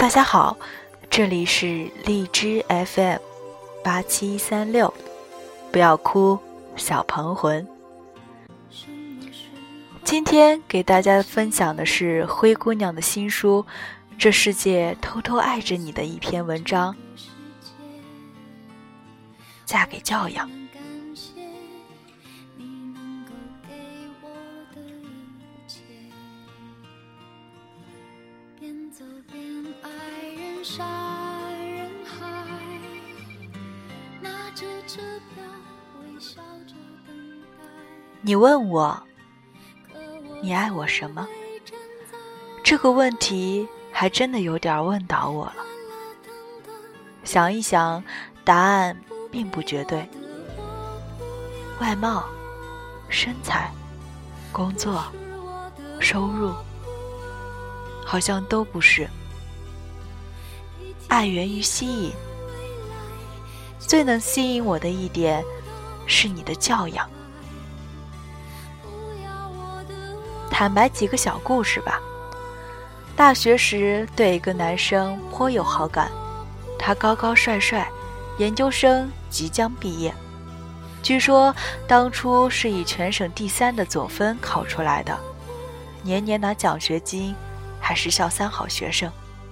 大家好，这里是荔枝 FM8736，不要哭，小鹏魂。今天给大家分享的是灰姑娘的新书《这世界偷偷爱着你》的一篇文章，嫁给教养。你问我，你爱我什么？这个问题还真的有点问倒我了。想一想，答案并不绝对。外貌、身材、工作、收入，好像都不是。爱源于吸引，最能吸引我的一点是你的教养。坦白几个小故事吧。大学时对一个男生颇有好感，他高高帅帅，研究生即将毕业，据说当初是以全省第3的总分考出来的，年年拿奖学金，还是校3好学生。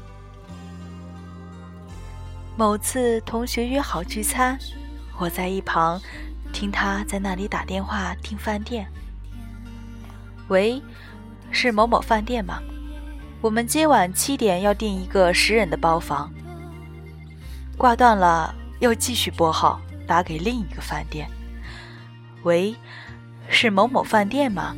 某次同学约好聚餐，我在一旁听他在那里打电话订饭店。喂，是某某饭店吗？我们今晚7点要订一个10人的包房。挂断了，又继续拨号，打给另一个饭店。喂，是某某饭店吗？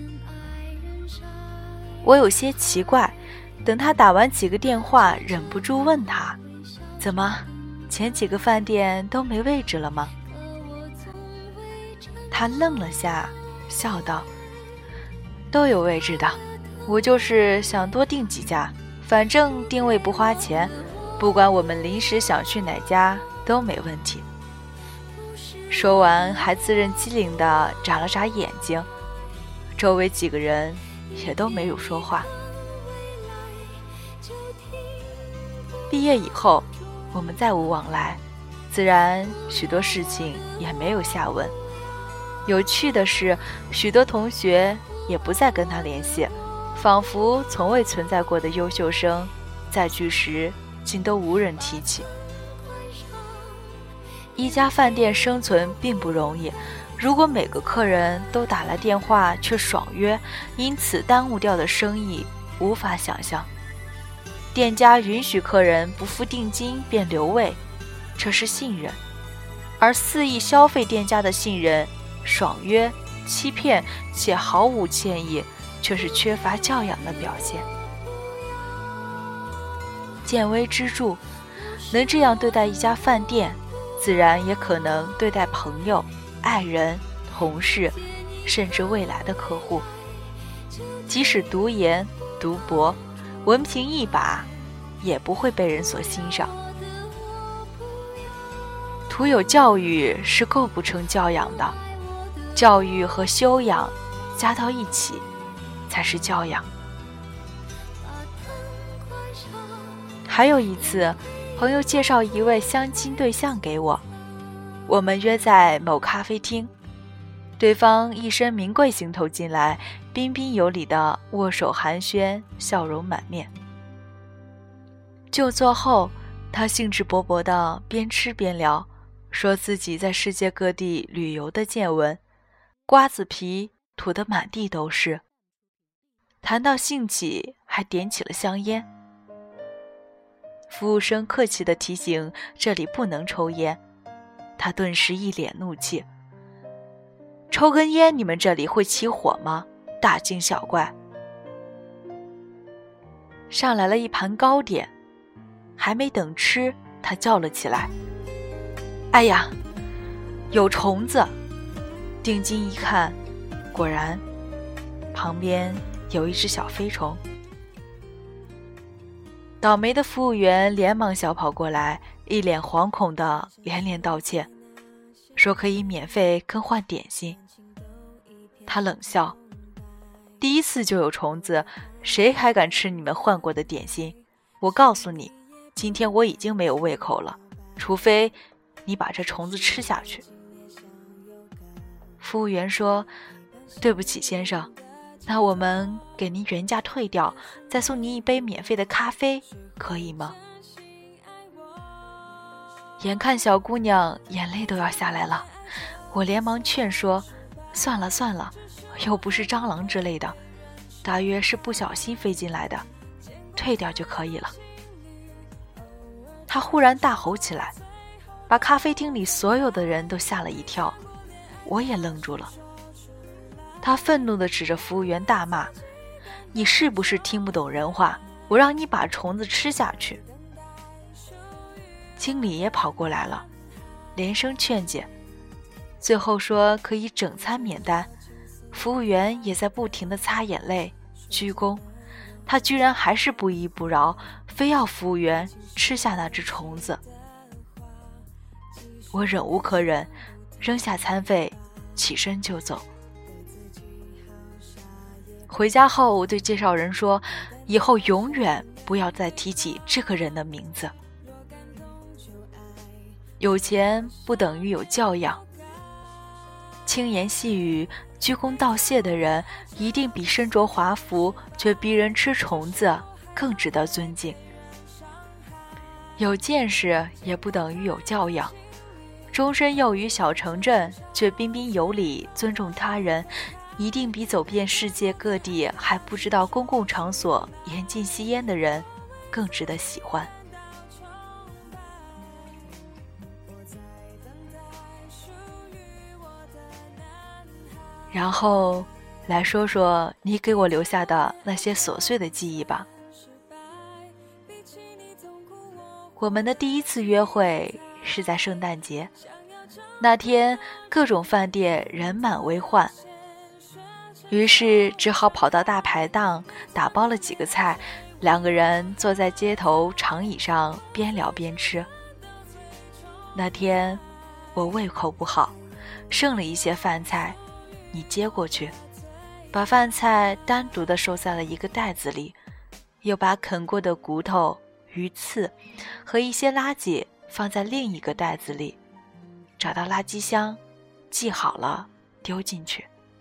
我有些奇怪，等他打完几个电话，忍不住问他，怎么，前几个饭店都没位置了吗？他愣了下，笑道，都有位置的，我就是想多订几家，反正定位不花钱，不管我们临时想去哪家都没问题。说完还自认机灵地眨了眨眼睛，周围几个人也都没有说话。毕业以后我们再无往来，自然许多事情也没有下文。有趣的是，许多同学也不再跟他联系，仿佛从未存在过的优秀生，在聚时竟都无人提起。一家饭店生存并不容易，如果每个客人都打来电话却爽约，因此耽误掉的生意无法想象。店家允许客人不付定金便留位，这是信任，而肆意消费店家的信任，爽约、欺骗且毫无歉意，却是缺乏教养的表现。见微知著，能这样对待一家饭店，自然也可能对待朋友、爱人、同事，甚至未来的客户。即使读研、读博，文凭一把，也不会被人所欣赏。徒有教育是构不成教养的，教育和修养加到一起才是教养。还有一次，朋友介绍一位相亲对象给我，我们约在某咖啡厅，对方一身名贵行头进来，彬彬有礼地握手寒暄，笑容满面。就座后，他兴致勃勃地边吃边聊，说自己在世界各地旅游的见闻，瓜子皮吐得满地都是。谈到兴起，还点起了香烟。服务生客气地提醒这里不能抽烟，他顿时一脸怒气，抽根烟你们这里会起火吗？大惊小怪。上来了一盘糕点，还没等吃，他叫了起来，哎呀，有虫子！定睛一看，果然旁边有一只小飞虫。倒霉的服务员连忙小跑过来，一脸惶恐地连连道歉，说可以免费更换点心。他冷笑，第一次就有虫子，谁还敢吃你们换过的点心？我告诉你， 今天我已经没有胃口了，除非你把这虫子吃下去。服务员说，对不起先生，那我们给您原价退掉，再送您一杯免费的咖啡，可以吗？眼看小姑娘眼泪都要下来了，我连忙劝说，算了算了，又不是蟑螂之类的，大约是不小心飞进来的，退掉就可以了。她忽然大吼起来，把咖啡厅里所有的人都吓了一跳，我也愣住了。她愤怒地指着服务员大骂，你是不是听不懂人话？我让你把虫子吃下去。经理也跑过来了，连声劝解，最后说可以整餐免单。服务员也在不停地擦眼泪鞠躬，他居然还是不依不饶，非要服务员吃下那只虫子。我忍无可忍，扔下餐费起身就走。回家后我对介绍人说，以后永远不要再提起这个人的名字。有钱不等于有教养，轻言细语鞠躬道谢的人一定比身着华服却逼人吃虫子更值得尊敬。有见识也不等于有教养，终身囿于小城镇却彬彬有礼尊重他人，一定比走遍世界各地还不知道公共场所严禁吸烟的人更值得喜欢。然后来说说你给我留下的那些琐碎的记忆吧。我们的第一次约会是在圣诞节，那天各种饭店人满为患，于是只好跑到大排档打包了几个菜，两个人坐在街头长椅上边聊边吃。那天我胃口不好，剩了一些饭菜，你接过去，把饭菜单独地收在了一个袋子里，又把啃过的骨头、鱼刺和一些垃圾放在另一个袋子里，找到垃圾箱，系好了丢进去。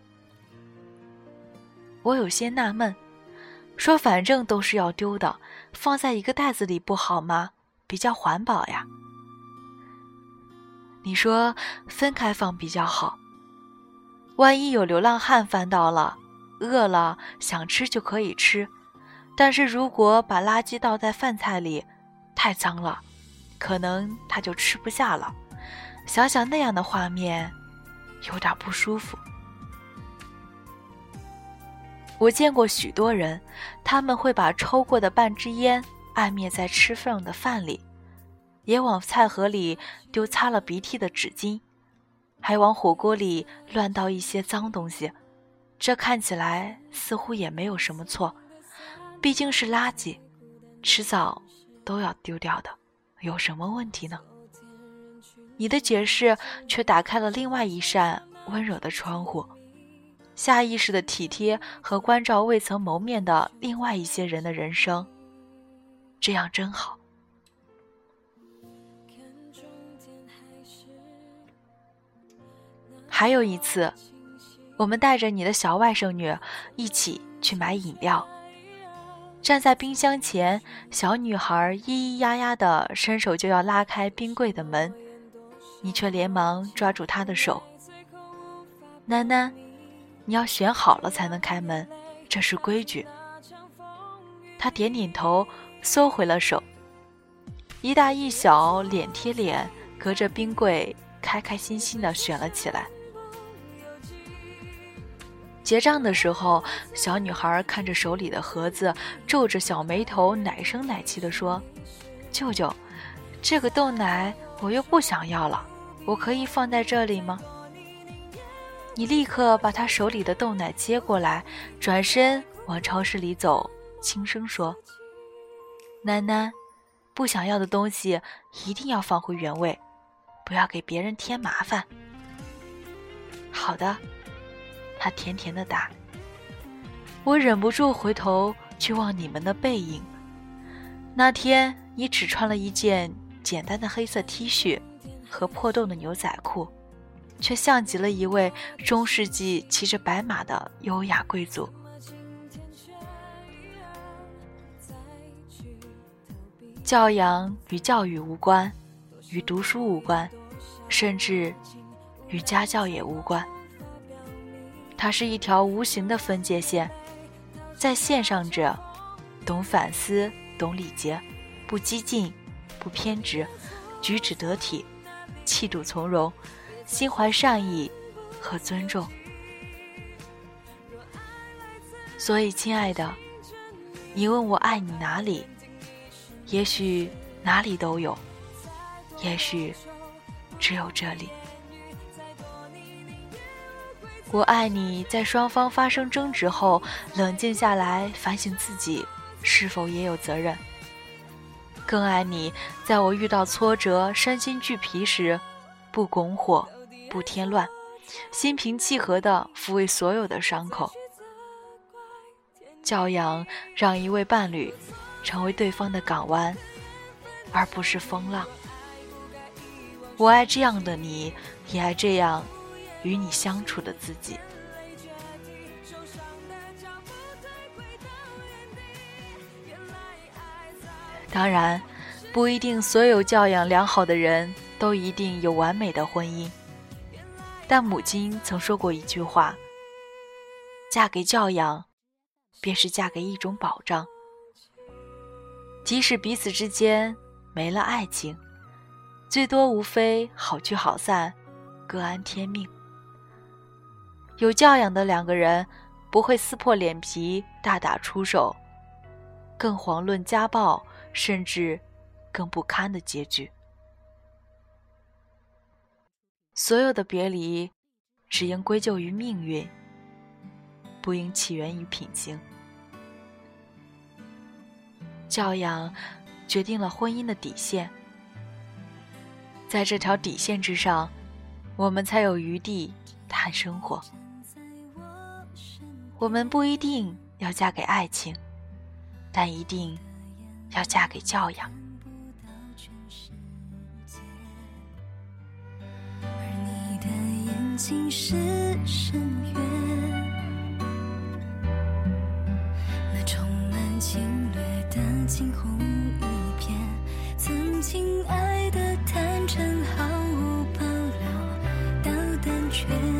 我有些纳闷，说反正都是要丢的，放在一个袋子里不好吗？比较环保呀。你说分开放比较好，万一有流浪汉翻到了，饿了想吃就可以吃，但是如果把垃圾倒在饭菜里，太脏了，可能他就吃不下了。想想那样的画面，有点不舒服。我见过许多人，他们会把抽过的半支烟按灭在吃剩的饭里，也往菜盒里丢擦了鼻涕的纸巾，还往火锅里乱倒一些脏东西。这看起来似乎也没有什么错，毕竟是垃圾，迟早都要丢掉的，有什么问题呢？你的解释却打开了另外一扇温柔的窗户，下意识的体贴和关照未曾谋面的另外一些人的人生，这样真好。还有一次，我们带着你的小外甥女一起去买饮料，站在冰箱前，小女孩咿咿呀呀地伸手就要拉开冰柜的门，你却连忙抓住她的手。囡囡，你要选好了才能开门，这是规矩。她点点头，收回了手。一大一小脸贴脸，隔着冰柜开开心心地选了起来。结账的时候，小女孩看着手里的盒子，皱着小眉头，奶声奶气地说：“舅舅，这个豆奶我又不想要了，我可以放在这里吗？”你立刻把她手里的豆奶接过来，转身往超市里走，轻声说：“囡囡，不想要的东西一定要放回原位，不要给别人添麻烦。”好的。他甜甜地答。我忍不住回头去望你们的背影。那天你只穿了一件简单的黑色 T 恤和破洞的牛仔裤，却像极了一位中世纪骑着白马的优雅贵族。教养与教育无关，与读书无关，甚至与家教也无关。它是一条无形的分界线，在线上者懂反思，懂礼节，不激进，不偏执，举止得体，气度从容，心怀善意和尊重。所以亲爱的，你问我爱你哪里，也许哪里都有，也许只有这里。我爱你在双方发生争执后冷静下来反省自己是否也有责任，更爱你在我遇到挫折身心俱疲时不拱火，不添乱，心平气和地抚慰所有的伤口。教养让一位伴侣成为对方的港湾，而不是风浪。我爱这样的你，也爱这样与你相处的自己。当然，不一定所有教养良好的人都一定有完美的婚姻，但母亲曾说过一句话：嫁给教养，便是嫁给一种保障。即使彼此之间没了爱情，最多无非好聚好散，各安天命。有教养的两个人不会撕破脸皮大打出手，更遑论家暴，甚至更不堪的结局。所有的别离只应归咎于命运，不应起源于品行。教养决定了婚姻的底线，在这条底线之上，我们才有余地谈生活。我们不一定要嫁给爱情，但一定要嫁给教养。 而你的眼睛是深渊，那充满侵略的惊鸿一瞥，曾经爱的坦诚毫无保留到胆怯。